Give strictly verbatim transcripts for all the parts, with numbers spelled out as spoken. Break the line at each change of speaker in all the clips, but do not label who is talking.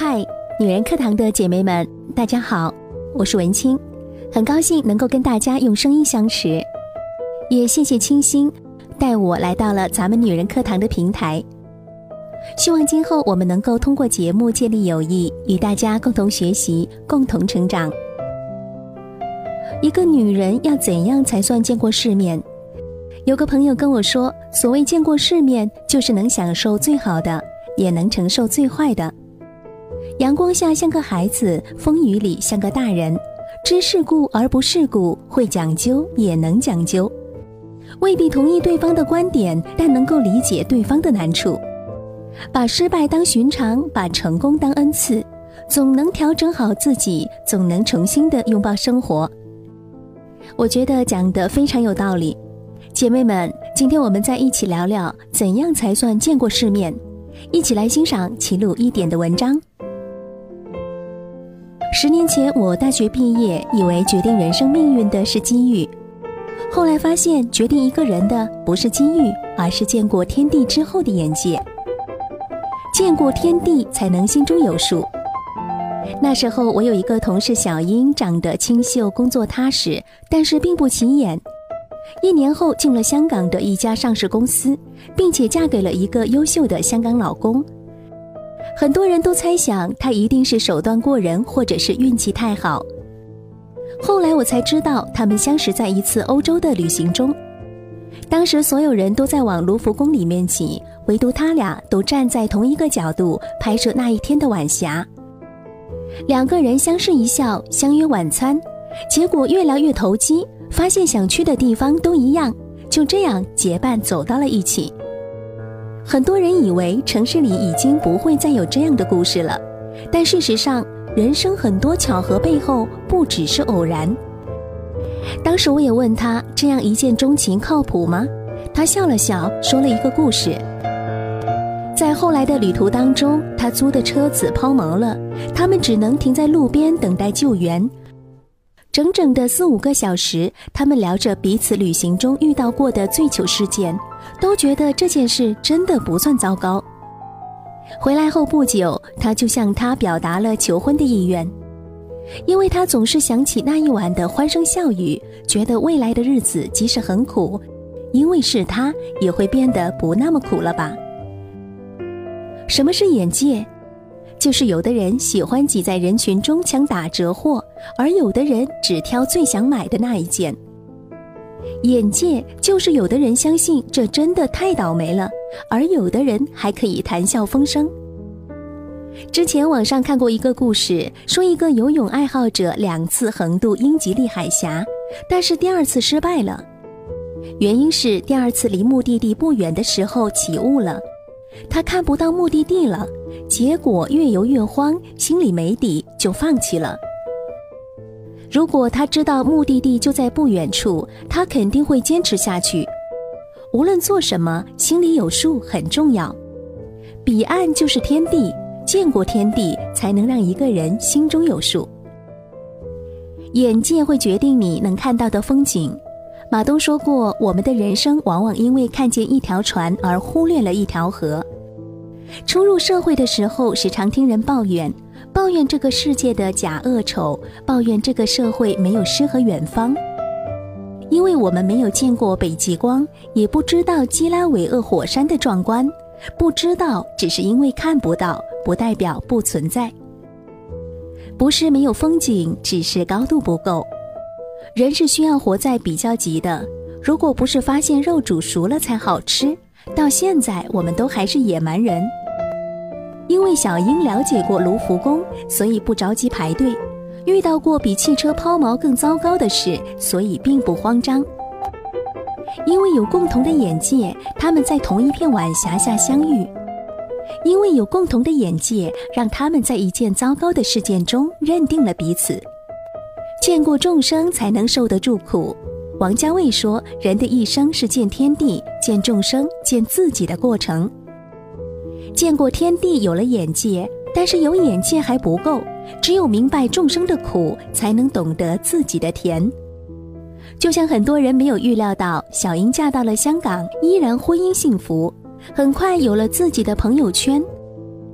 嗨，女人课堂的姐妹们，大家好，我是文清，很高兴能够跟大家用声音相识，也谢谢清新带我来到了咱们女人课堂的平台。希望今后我们能够通过节目建立友谊，与大家共同学习，共同成长。一个女人要怎样才算见过世面？有个朋友跟我说，所谓见过世面，就是能享受最好的，也能承受最坏的。阳光下像个孩子，风雨里像个大人，知世故而不世故，会讲究也能讲究。未必同意对方的观点，但能够理解对方的难处。把失败当寻常，把成功当恩赐，总能调整好自己，总能重新的拥抱生活。我觉得讲得非常有道理。姐妹们，今天我们再一起聊聊怎样才算见过世面，一起来欣赏齐鲁一点的文章。十年前我大学毕业，以为决定人生命运的是机遇，后来发现决定一个人的不是机遇，而是见过天地之后的眼界。见过天地才能心中有数。那时候我有一个同事小英，长得清秀，工作踏实，但是并不起眼。一年后进了香港的一家上市公司，并且嫁给了一个优秀的香港老公。很多人都猜想她一定是手段过人，或者是运气太好。后来我才知道，他们相识在一次欧洲的旅行中。当时所有人都在往卢浮宫里面挤，唯独他俩都站在同一个角度拍摄那一天的晚霞。两个人相视一笑，相约晚餐，结果越聊越投机，发现想去的地方都一样，就这样结伴走到了一起。很多人以为城市里已经不会再有这样的故事了，但事实上，人生很多巧合背后不只是偶然。当时我也问他，这样一见钟情靠谱吗？他笑了笑，说了一个故事。在后来的旅途当中，他租的车子抛锚了，他们只能停在路边等待救援。整整的四五个小时，他们聊着彼此旅行中遇到过的最糗事件，都觉得这件事真的不算糟糕。回来后不久，他就向他表达了求婚的意愿，因为他总是想起那一晚的欢声笑语，觉得未来的日子即使很苦，因为是他，也会变得不那么苦了吧。什么是眼界？就是有的人喜欢挤在人群中抢打折货，而有的人只挑最想买的那一件。眼界就是有的人相信这真的太倒霉了，而有的人还可以谈笑风生。之前网上看过一个故事，说一个游泳爱好者两次横渡英吉利海峡，但是第二次失败了。原因是第二次离目的地不远的时候起雾了，他看不到目的地了，结果越游越慌，心里没底，就放弃了。如果他知道目的地就在不远处，他肯定会坚持下去。无论做什么，心里有数很重要。彼岸就是天地，见过天地才能让一个人心中有数。眼界会决定你能看到的风景。马东说过，我们的人生往往因为看见一条船而忽略了一条河。初入社会的时候，时常听人抱怨，抱怨这个世界的假恶丑，抱怨这个社会没有诗和远方。因为我们没有见过北极光，也不知道基拉韦厄火山的壮观，不知道只是因为看不到，不代表不存在。不是没有风景，只是高度不够。人是需要活在比较级的，如果不是发现肉煮熟了才好吃，到现在我们都还是野蛮人。因为小英了解过卢浮宫，所以不着急排队，遇到过比汽车抛锚更糟糕的事，所以并不慌张。因为有共同的眼界，他们在同一片晚霞下相遇。因为有共同的眼界，让他们在一件糟糕的事件中认定了彼此。见过众生才能受得住苦。王家卫说，人的一生是见天地、见众生、见自己的过程。见过天地，有了眼界，但是有眼界还不够，只有明白众生的苦，才能懂得自己的甜。就像很多人没有预料到，小英嫁到了香港，依然婚姻幸福，很快有了自己的朋友圈。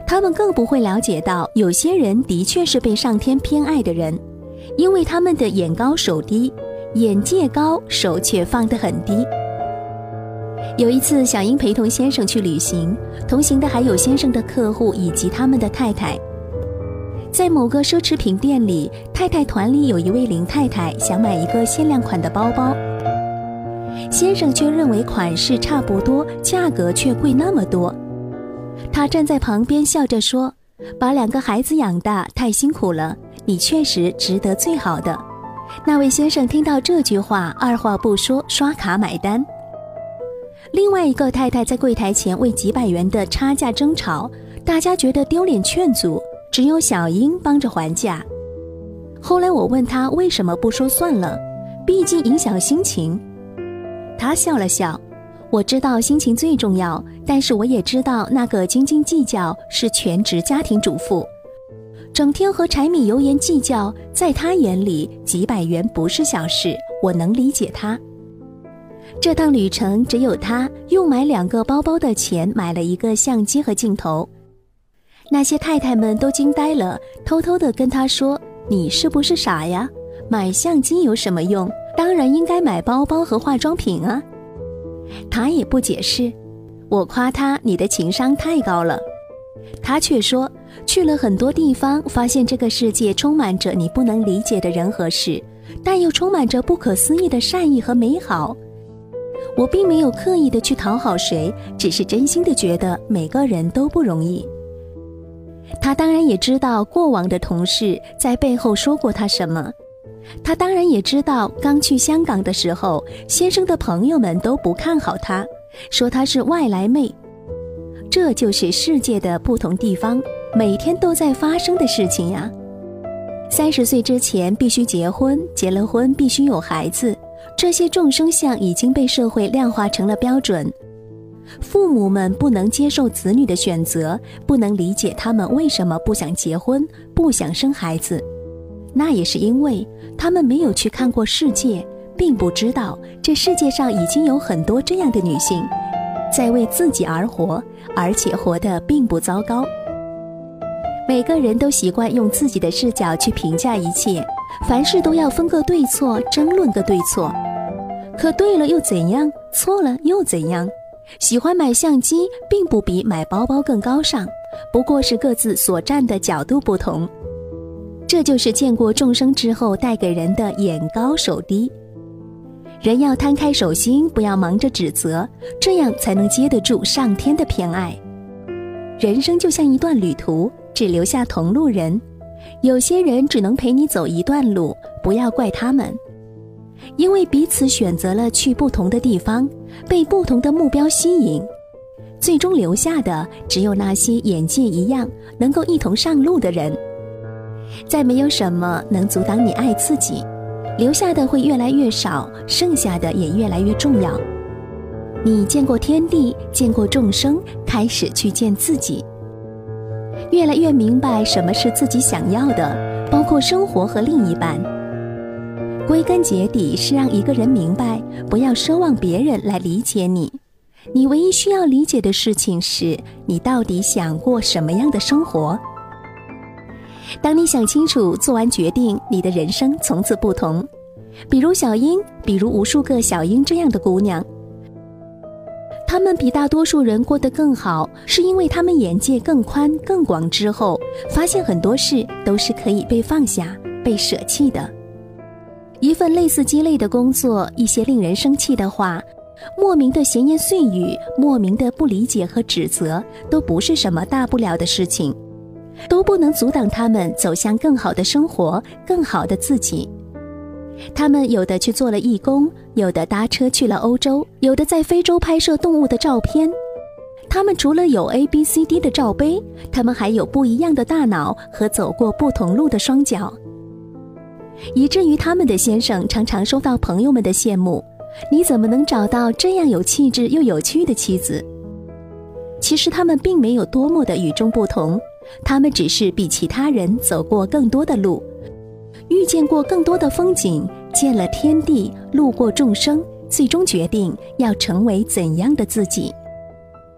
他们更不会了解到，有些人的确是被上天偏爱的人，因为他们的眼高手低，眼界高，手却放得很低。有一次，小英陪同先生去旅行，同行的还有先生的客户以及他们的太太。在某个奢侈品店里，太太团里有一位林太太想买一个限量款的包包，先生却认为款式差不多，价格却贵那么多。他站在旁边笑着说，把两个孩子养大太辛苦了，你确实值得最好的。那位先生听到这句话，二话不说刷卡买单。另外一个太太在柜台前为几百元的差价争吵，大家觉得丢脸劝阻，只有小英帮着还价。后来我问她为什么不说算了，毕竟影响心情。她笑了笑，我知道心情最重要，但是我也知道那个斤斤计较是全职家庭主妇，整天和柴米油盐计较，在她眼里几百元不是小事，我能理解她。这趟旅程只有她用买两个包包的钱买了一个相机和镜头。那些太太们都惊呆了，偷偷地跟她说，你是不是傻呀？买相机有什么用？当然应该买包包和化妆品啊。她也不解释，我夸她，你的情商太高了。她却说，去了很多地方，发现这个世界充满着你不能理解的人和事，但又充满着不可思议的善意和美好。我并没有刻意的去讨好谁，只是真心的觉得每个人都不容易。他当然也知道过往的同事在背后说过他什么，他当然也知道刚去香港的时候，先生的朋友们都不看好他，说他是外来妹。这就是世界的不同地方，每天都在发生的事情呀。三十岁之前必须结婚，结了婚必须有孩子，这些众生相已经被社会量化成了标准。父母们不能接受子女的选择，不能理解他们为什么不想结婚，不想生孩子，那也是因为他们没有去看过世界，并不知道这世界上已经有很多这样的女性在为自己而活，而且活得并不糟糕。每个人都习惯用自己的视角去评价一切，凡事都要分个对错，争论个对错。可对了又怎样？错了又怎样？喜欢买相机并不比买包包更高尚，不过是各自所站的角度不同。这就是见过众生之后带给人的眼高手低。人要摊开手心，不要忙着指责，这样才能接得住上天的偏爱。人生就像一段旅途，只留下同路人，有些人只能陪你走一段路，不要怪他们，因为彼此选择了去不同的地方，被不同的目标吸引，最终留下的只有那些眼界一样，能够一同上路的人。再没有什么能阻挡你爱自己，留下的会越来越少，剩下的也越来越重要。你见过天地，见过众生，开始去见自己，越来越明白什么是自己想要的，包括生活和另一半。归根结底是让一个人明白，不要奢望别人来理解你，你唯一需要理解的事情是，你到底想过什么样的生活。当你想清楚，做完决定，你的人生从此不同。比如小英，比如无数个小英这样的姑娘，她们比大多数人过得更好，是因为她们眼界更宽更广之后，发现很多事都是可以被放下被舍弃的。一份类似鸡肋的工作，一些令人生气的话，莫名的闲言碎语，莫名的不理解和指责，都不是什么大不了的事情，都不能阻挡他们走向更好的生活，更好的自己。他们有的去做了义工，有的搭车去了欧洲，有的在非洲拍摄动物的照片。他们除了有 A B C D 的罩杯，他们还有不一样的大脑和走过不同路的双脚，以至于他们的先生常常受到朋友们的羡慕，你怎么能找到这样有气质又有趣的妻子？其实他们并没有多么的与众不同，他们只是比其他人走过更多的路，遇见过更多的风景，见了天地，路过众生，最终决定要成为怎样的自己。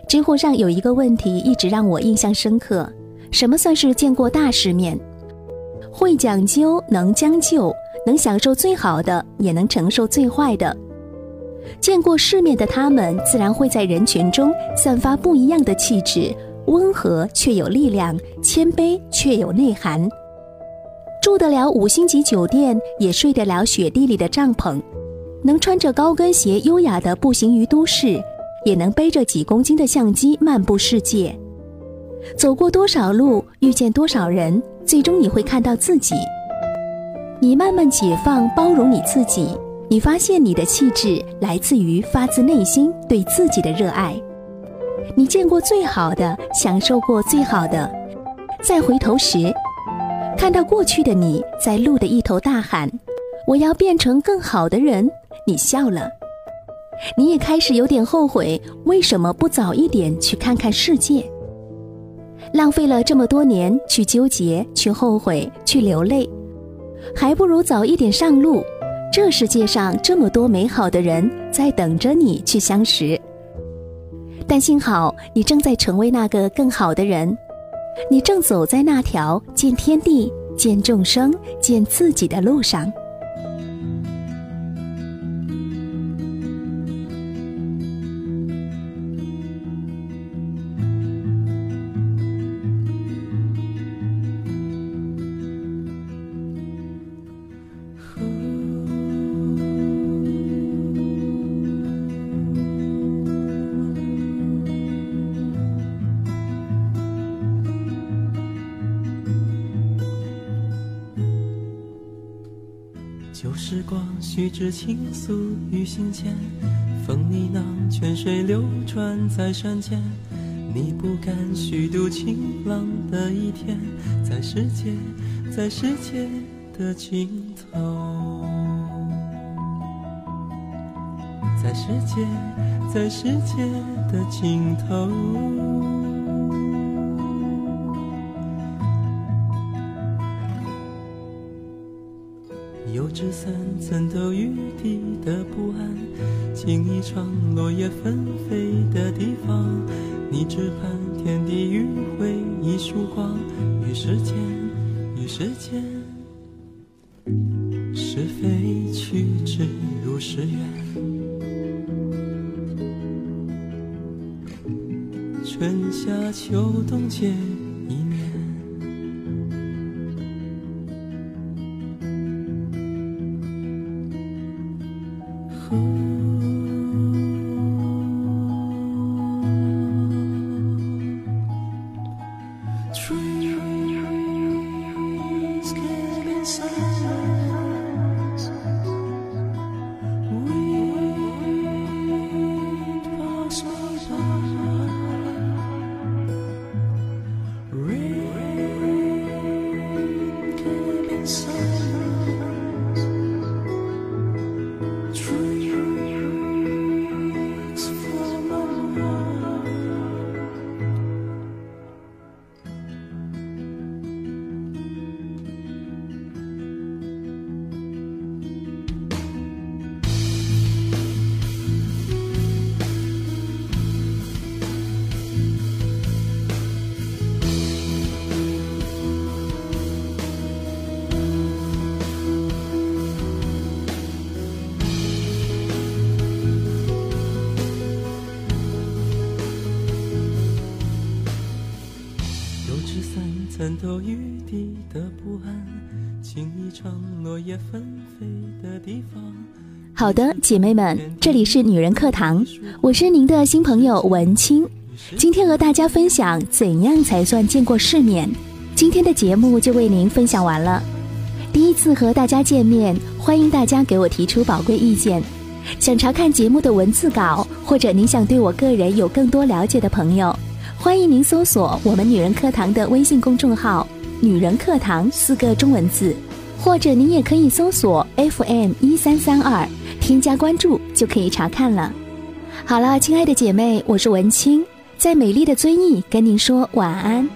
知乎上有一个问题一直让我印象深刻，什么算是见过大世面？会讲究，能将就，能享受最好的，也能承受最坏的。见过世面的他们，自然会在人群中散发不一样的气质，温和却有力量，谦卑却有内涵。住得了五星级酒店，也睡得了雪地里的帐篷，能穿着高跟鞋优雅地步行于都市，也能背着几公斤的相机漫步世界。走过多少路，遇见多少人，最终你会看到自己。你慢慢解放包容你自己，你发现你的气质来自于发自内心对自己的热爱。你见过最好的，享受过最好的，再回头时看到过去的你在路的一头大喊，我要变成更好的人，你笑了。你也开始有点后悔，为什么不早一点去看看世界？浪费了这么多年去纠结，去后悔，去流泪，还不如早一点上路。这世界上这么多美好的人在等着你去相识。但幸好你正在成为那个更好的人，你正走在那条见天地、见众生、见自己的路上。
旧时光虚掷倾诉于心间，风呢喃泉水流转在山间，你不敢虚度晴朗的一天，在世界在世界的尽头，在世界在世界的尽头。油纸伞怎都雨滴的不安，经一场落叶纷飞的地方，你只盼天地迂回一束光，于世间于世间是非曲直如是缘。春夏秋冬皆一年，怎都雨滴的不安，经一场落叶纷飞的地方。
好的，姐妹们，这里是女人课堂，我是您的新朋友文清。今天和大家分享怎样才算见过世面。今天的节目就为您分享完了。第一次和大家见面，欢迎大家给我提出宝贵意见。想查看节目的文字稿，或者您想对我个人有更多了解的朋友，欢迎您搜索我们女人课堂的微信公众号女人课堂四个中文字，或者您也可以搜索 F M 一三三二，添加关注就可以查看了。好了，亲爱的姐妹，我是文清，在美丽的遵义跟您说晚安。